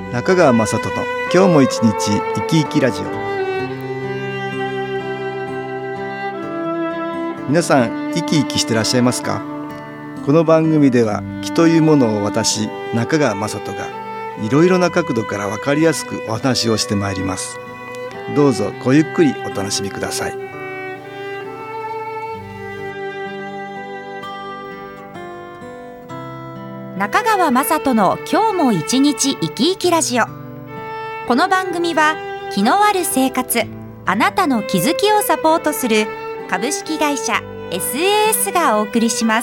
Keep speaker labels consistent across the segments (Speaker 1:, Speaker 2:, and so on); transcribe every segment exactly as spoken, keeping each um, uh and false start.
Speaker 1: 中川雅人の今日も一日生き生きラジオ。皆さん生き生きしてらっしゃいますか？この番組では気というものを私中川雅人がいろいろな角度から分かりやすくお話をしてまいります。どうぞごゆっくりお楽しみください。
Speaker 2: 中川雅人の今日も一日生き生きラジオ。この番組は気のある生活、あなたの気づきをサポートする株式会社 エスエーエス がお送りします。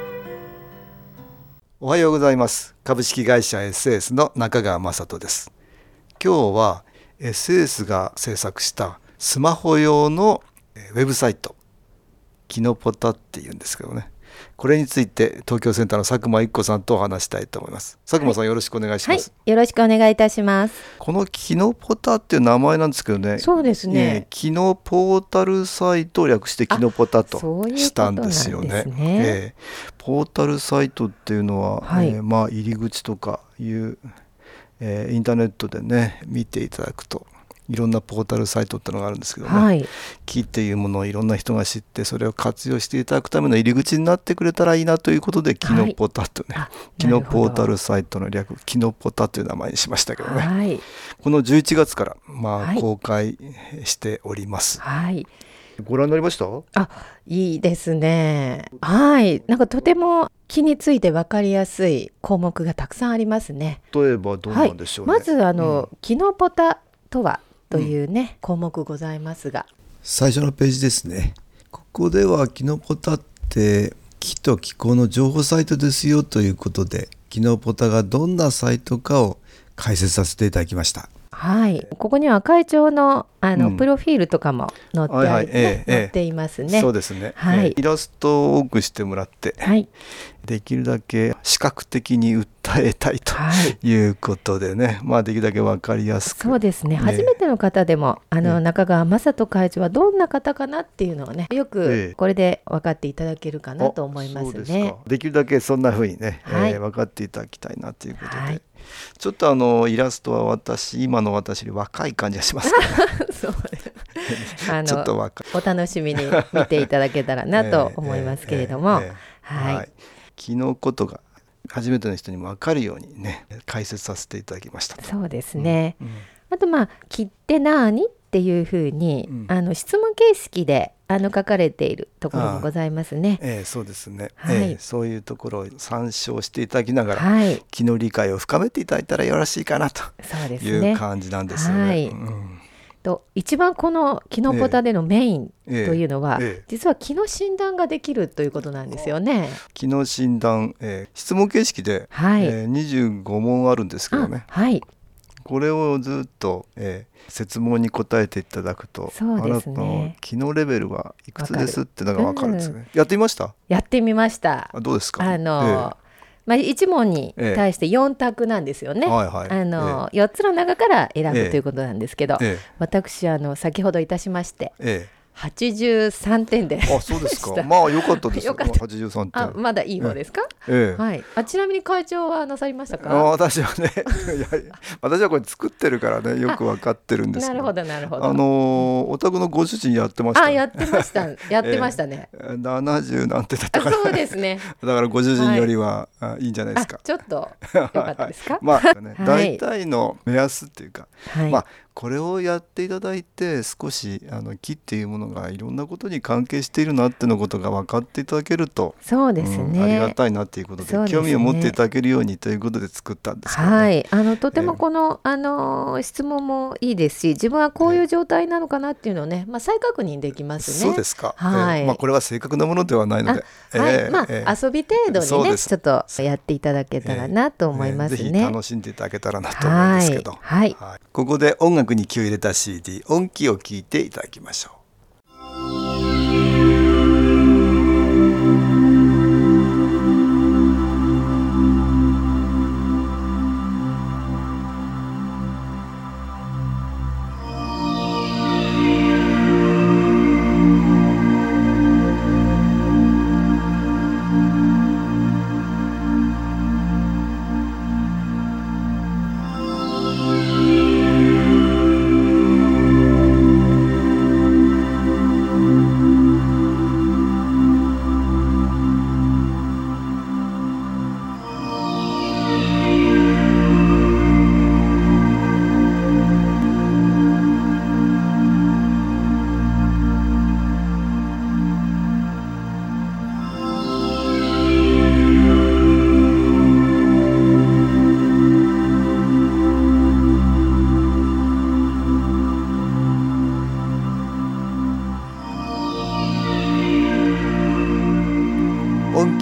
Speaker 1: おはようございます。株式会社 エスエーエス の中川雅人です。今日は エスエーエス が制作したスマホ用のウェブサイト、キノポタっていうんですけどね、これについて東京センターの佐久間一子さんとお話したいと思います。佐久間さん、はい、よろしくお願いします。
Speaker 3: はい、よろしくお願いいたします。
Speaker 1: このキノポタっていう名前なんですけどね、
Speaker 3: そうですね、
Speaker 1: キノポータルサイトを略してキノポタとしたんですよね。えー、ポータルサイトっていうのは、はい、えーまあ、入り口とかいう、えー、インターネットでね見ていただくといろんなポータルサイトってのがあるんですけどね、はい、木っていうものをいろんな人が知ってそれを活用していただくための入り口になってくれたらいいなということで、キノポタとね、はい、キノポータルサイトの略キノポタという名前にしましたけどね、はい、このじゅういちがつから、まあはい、公開しております。はい、ご覧になりました？
Speaker 3: あ、いいですね。はい、なんかとても木について分かりやすい項目がたくさんありますね。
Speaker 1: 例えばどうなんでしょうね。
Speaker 3: はい、まずあの、うん、キノポタとはというね、うん、項目ございますが、
Speaker 1: 最初のページですね。ここではキノポタって木と気候の情報サイトですよということで、キノポタがどんなサイトかを解説させていただきました。
Speaker 3: はい、ここには会長の、あの、うん、プロフィールとかも載って、はいはい、ねええ、載っていますね。
Speaker 1: そうですね、はい、えー、イラストを多くしてもらって、はい、できるだけ視覚的に訴えたいということでね、はい、まあ、できるだけ分かりやすく。
Speaker 3: そうですね、初めての方でもあの、ね、中川雅人会長はどんな方かなっていうのをね、よくこれで分かっていただけるかなと思いますね。そうですか。で
Speaker 1: きるだけそんな風にね、はい、えー、分かっていただきたいなということで、はい、ちょっとあのイラストは私今の私より若い感じがしますからね。そう
Speaker 3: あのちょっと若い、お楽しみに見ていただけたらなと思いますけれども、はい、
Speaker 1: 木のことが初めての人にも分かるようにね解説させていただきましたと。
Speaker 3: そうですね、うんうん、あとまあ木って何っていうふうに、うん、あの質問形式であの書かれているところもございますね。
Speaker 1: ああ、えー、そうですね、はい、えー、そういうところを参照していただきながら、はい、木の理解を深めていただいたらよろしいかなという感じなんですよね。はい、うん、
Speaker 3: と一番このキノポタでのメインというのは、えーえー、実は木の診断ができるということなんですよね。
Speaker 1: 木の診断、えー、質問形式で、はい、えー、にじゅうごもんあるんですけどね、はい、これをずっと、えー、説問に答えていただくと、そうですね、あなたの木のレベルはいくつですってのが分かるんですね、うん、やってみました？
Speaker 3: やってみました。
Speaker 1: あ、どうですか？
Speaker 3: あのーえーまあ、いち問に対してよん択なんですよね、ええ、はいはい、あのええ、よっつの中から選ぶということなんですけど、ええ、私あの先ほどいたしまして、ええ、はちじゅうさんてんで。
Speaker 1: あ、そうですか。まあ良かったですよ。よかった。はちじゅうさんてん。
Speaker 3: あ、まだいい方ですか？ええ、はい。あ、ちなみに会長はなさりましたか？
Speaker 1: あ、私はねいや私はこれ作ってるからね、よく分かってるんですけど。なるほどなるほど。あのお宅のご主人やってました、ね。
Speaker 3: あ、やってましたやってましたね。
Speaker 1: ええ、ななじゅうなんてだったから。
Speaker 3: そうですね。
Speaker 1: だからご主人よりは、はい、いいんじゃないですか。
Speaker 3: ちょっと良かったですか？
Speaker 1: まあね、大体の目安っていうか、はい、まあこれをやっていただいて少しあの木っていうものがいろんなことに関係しているなってのことが分かっていただけると、
Speaker 3: そうですね、
Speaker 1: うん、ありがたいなっていうことで、ね、興味を持っていただけるようにということで作ったんですけどね、
Speaker 3: はい、あのとてもこの、えー、あの質問もいいですし、自分はこういう状態なのかなっていうのをね、まあ、再確認できますね。
Speaker 1: そうですか、
Speaker 3: はい、
Speaker 1: えーまあ、これは正確なものではないので、
Speaker 3: あ、はい、えーまあえー、遊び程度にねちょっとやっていただけたらなと思いますね、えーえー、ぜひ
Speaker 1: 楽しんでいただけたらなと思うんですけど、はいはい、ここで音楽に気を入れた シーディー 音気を聞いていただきましょう。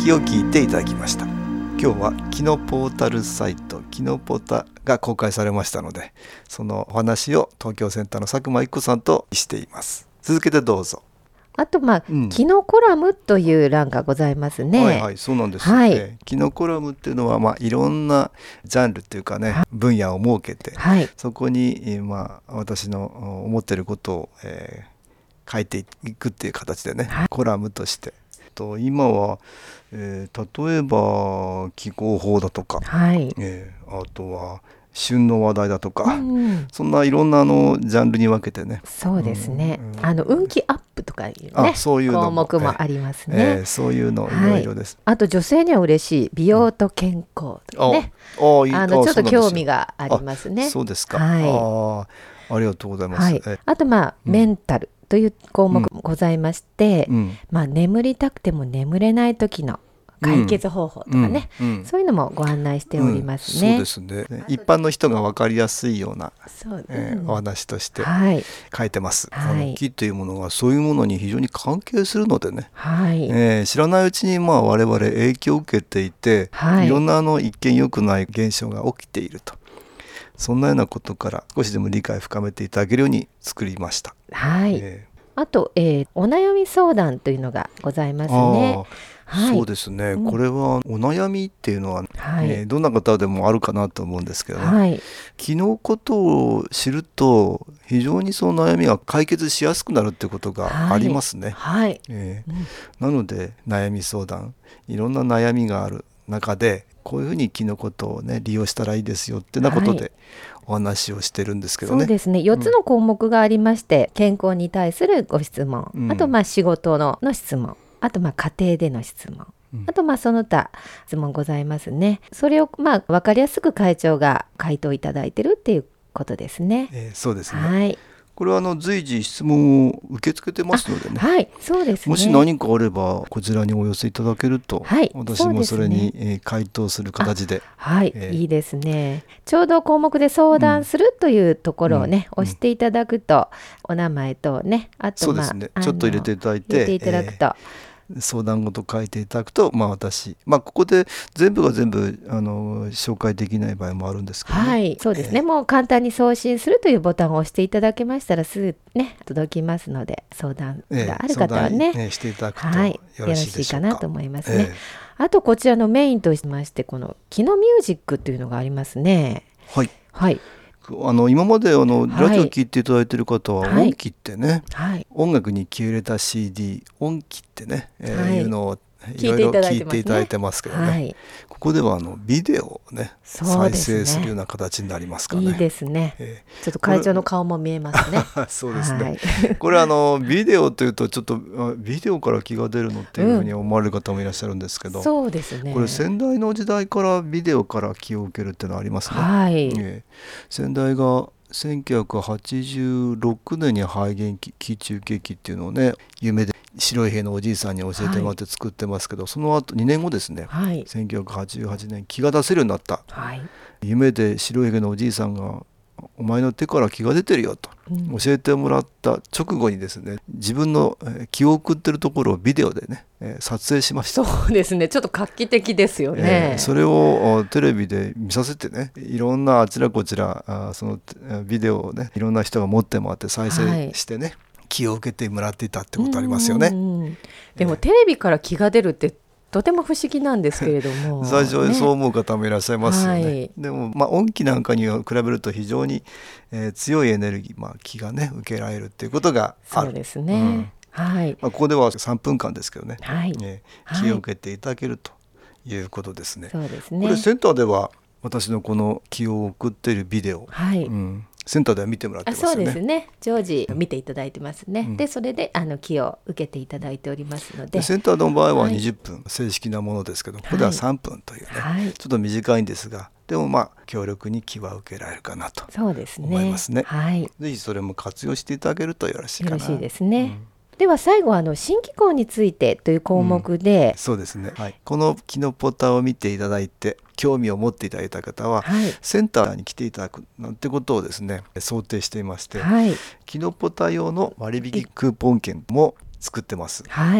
Speaker 1: きを聞いていただきました。今日はキノポータルサイトキノポタが公開されましたので、そのお話を東京センターの佐久間一子さんとしています。続けてどうぞ。
Speaker 3: あとまあ、うん、キノコラムという欄がございますね。
Speaker 1: はいはい、そうなんです、はいえー、キノコラムっていうのは、まあ、いろんなジャンルっていうかね、はい、分野を設けて、はい、そこに、まあ、私の思っていることを、えー、書いていくっていう形でね、はい、コラムとしてと今は、えー、例えば気候法だとか、はいえー、あとは旬の話題だとか、うんうん、そんないろんなあのジャンルに分けてね。
Speaker 3: そうですね、うん、あの運気アップとかいうね、あそういうの項目もありますね、えー、
Speaker 1: そういうのいろいろです、
Speaker 3: はい、あと女性には嬉しい美容と健康とかね、うん、ああのちょっと興味がありますね。
Speaker 1: そうですか、はい、あ, ありがとうございます、
Speaker 3: はい、あとまあ、うん、メンタルという項目もございまして、うんまあ、眠りたくても眠れない時の解決方法とかね、うんうんうん、そういうのもご案内しておりますね、
Speaker 1: うん、そうですね。一般の人が分かりやすいようなそう、えー、お話として書いてます、はい、あの木というものがそういうものに非常に関係するのでね、はいえー、知らないうちにまあ我々影響を受けていて、はい、いろんなあの一見良くない現象が起きていると、そんなようなことから少しでも理解を深めていただけるように作りました。
Speaker 3: はい、えー、あと、えー、お悩み相談というのがございますね。
Speaker 1: はい、そうですね、うん、これはお悩みっていうのは、はいえー、どんな方でもあるかなと思うんですけど、ねはい、気のことを知ると非常にその悩みが解決しやすくなるってことがありますね、はいはいえーうん、なので悩み相談、いろんな悩みがある中でこういうふうに気のことを、ね、利用したらいいですよってなことで、はいお話をしてるんですけどね。
Speaker 3: そうですね、よっつの項目がありまして、うん、健康に対するご質問、うん、あとまあ仕事 の, の質問、あとまあ家庭での質問、うん、あとまあその他質問ございますね。それをまあ分かりやすく会長が回答いただいてるっていうことですね、
Speaker 1: えー、そうですね、
Speaker 3: はい、
Speaker 1: これはあの随時質問を受け付けてますのでね、
Speaker 3: はいそうですね、
Speaker 1: もし何かあればこちらにお寄せいただけると、はい、私もそれに、ねえー、回答する形で、
Speaker 3: はい、えー、いいですね。ちょうど項目で相談するというところをね、うん、押していただくと、お名前とね、あと、まあ、
Speaker 1: そうですね、ちょっと入れていただいて
Speaker 3: 入れていただくと、
Speaker 1: えー、相談事書いていただくと、まあ、私、まあ、ここで全部が全部あの紹介できない場合もあるんですけど、ね、
Speaker 3: はいそうですね、えー、もう簡単に送信するというボタンを押していただけましたらすぐね届きますので、相談がある方はね、
Speaker 1: えー、していただくとよろしいでしょうか。
Speaker 3: はい、よろしいかなと思いますね、えー、あとこちらのメインとしましてこのキノミュージックというのがありますね。
Speaker 1: はい、
Speaker 3: はい
Speaker 1: あの今まであのラジオ聴いていただいている方は音機ってね、はい、音楽に気を入れた シーディー 音機ってね、えーはい、いうのをいろいろ聞いていただいてますけどね、はい、ここではあのビデオをね再生するような形になりますかね。
Speaker 3: いいですね、えー、ちょっと会長の顔も見えますね
Speaker 1: そうですね、はい、これあのビデオというとちょっとビデオから気が出るのっていうふうに思われる方もいらっしゃるんですけど、うん、
Speaker 3: そうですね、
Speaker 1: これ先代の時代からビデオから気を受けるっていうのはありますね、
Speaker 3: はい
Speaker 1: えー、先代がせんきゅうひゃくはちじゅうろくねんに肺元気中継機っていうのをね夢で白い兵のおじいさんに教えてもらって作ってますけど、はい、その後にねんごですね、はい、せんきゅうひゃくはちじゅうはちねん気が出せるようになった、はい、夢で白い兵のおじいさんがお前の手から気が出てるよと教えてもらった直後にですね、自分の気を送ってるところをビデオでね撮影しました。
Speaker 3: そうですね、ちょっと画期的ですよね、
Speaker 1: えー、それをテレビで見させてね、いろんなあちらこちらあそのビデオをねいろんな人が持ってもらって再生してね、はい、気を受けてもらっていたってことありますよね。うんうん、
Speaker 3: でもテレビから気が出るってとても不思議なんですけれども
Speaker 1: 最初にそう思う方もいらっしゃいますよね、はい、でも、まあ、音機なんかに比べると非常に、えー、強いエネルギー、まあ、気がね受けられるっていうことがある。
Speaker 3: そうですね、うんはい
Speaker 1: まあ、ここではさんぷんかんですけどね、
Speaker 3: はい
Speaker 1: えー、気を受けていただけるということですね、
Speaker 3: はい、そうですね。
Speaker 1: これセンターでは私のこの気を送っているビデオ、はいうんセンターでは見てもらってますよね。
Speaker 3: あそうですね、常時見ていただいてますね、うん、でそれであの気を受けていただいておりますので、
Speaker 1: センターの場合はにじゅっぷん、はい、正式なものですけど、ここではさんぷんというね、はい、ちょっと短いんですが、でもまあ強力に気は受けられるかなと思いますね。はい、ぜひそれも活用していただけるとよろしいかな。
Speaker 3: よろしいですね、うんでは最後はあの新機構についてという項目で、
Speaker 1: うん、そうですね、はい、このキノポタを見ていただいて興味を持っていただいた方は、はい、センターに来ていただくなんてことをですね想定していまして、はい、キノポタ用の割引クーポン券も作ってます、
Speaker 3: はい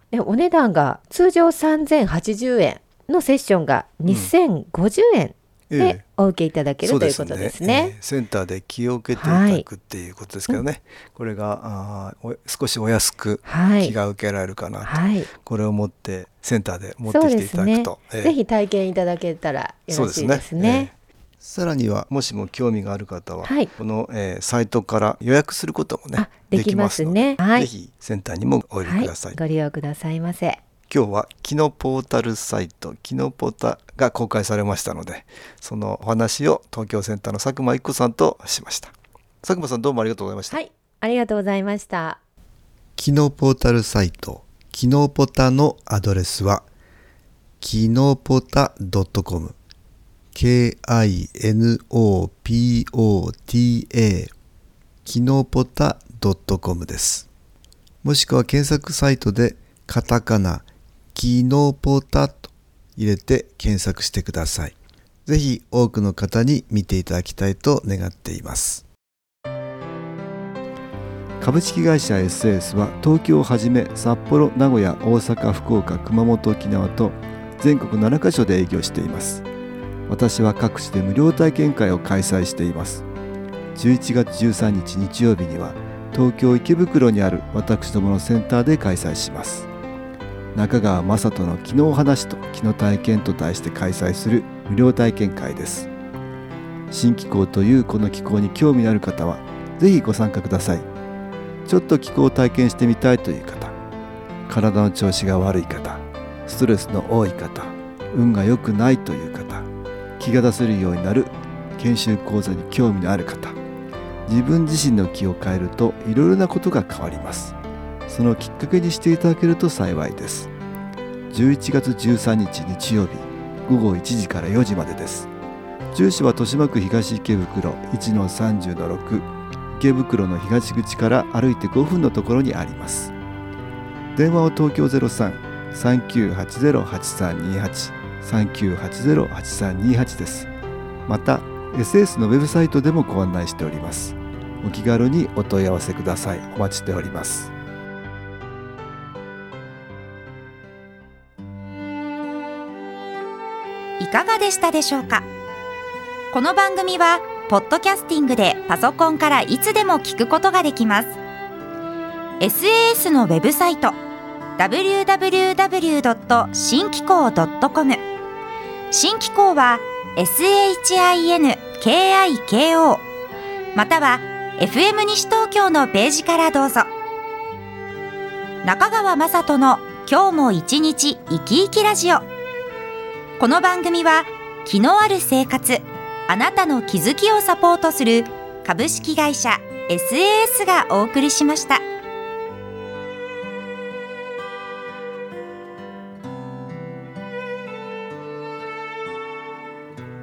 Speaker 3: でお値段が通常さんぜんはちじゅうえんのセッションがにせんごじゅうえんでお受けいただける、ええ、ということですね。
Speaker 1: ええ、センターで気を受けていただくっていうことですけどね、はい、これがあ少しお安く気が受けられるかなと、はい、これを持ってセンターで持ってきていただくと、
Speaker 3: ね、ええ、ぜひ体験いただけたらよろしいですね。
Speaker 1: さらにはもしも興味がある方は、はい、この、えー、サイトから予約することもねできますので、はい、ぜひセンターにもお寄りください、
Speaker 3: はい、ご利用くださいませ。
Speaker 1: 今日はキノポータルサイトキノポタが公開されましたので、そのお話を東京センターの佐久間一子さんとしました。佐久間さん、どうもありがとうございました。
Speaker 3: はい、ありがとうございました。
Speaker 1: キノポータルサイトキノポタのアドレスはキノポタ ドットコム ケーアイエヌオーピーオーティーエー キノポタ ドットコム です。もしくは検索サイトでカタカナキノポタと入れて検索してください。ぜひ多くの方に見ていただきたいと願っています。株式会社 エスエス は東京をはじめ札幌、名古屋、大阪、福岡、熊本、沖縄と全国ななカ所で営業しています。私は各地で無料体験会を開催しています。じゅういちがつじゅうさんにち日曜日には東京池袋にある私どものセンターで開催します。中川雅人の気の話と気の体験と題して開催する無料体験会です。新気候というこの気候に興味のある方はぜひご参加ください。ちょっと気候を体験してみたいという方、体の調子が悪い方、ストレスの多い方、運が良くないという方、気が出せるようになる研修講座に興味のある方、自分自身の気を変えるといろいろなことが変わります。そのきっかけにしていただけると幸いです。じゅういちがつじゅうさんにち日曜日ごごいちじからよじまでです。住所は豊島区東池袋 いちのさんじゅうのろく、池袋の東口から歩いてごふんのところにあります。電話は東京 ゼロさん さんきゅうはちゼロ はちさんにはち さんきゅうはちゼロ はちさんにはち です。また エスエス のウェブサイトでもご案内しております。お気軽にお問い合わせください。お待ちしております。
Speaker 2: いかがでしたでしょうか。この番組はポッドキャスティングでパソコンからいつでも聞くことができます。 エスエーエス のウェブサイト ダブリューダブリューダブリュードットシンキコードットコム、 新気候は エスエイチアイエヌケーアイケーオー または エフエム 西東京のページからどうぞ。中川雅人の今日も一日生き生きラジオ。この番組は気のある生活、あなたの気づきをサポートする株式会社 エスエーエス がお送りしました。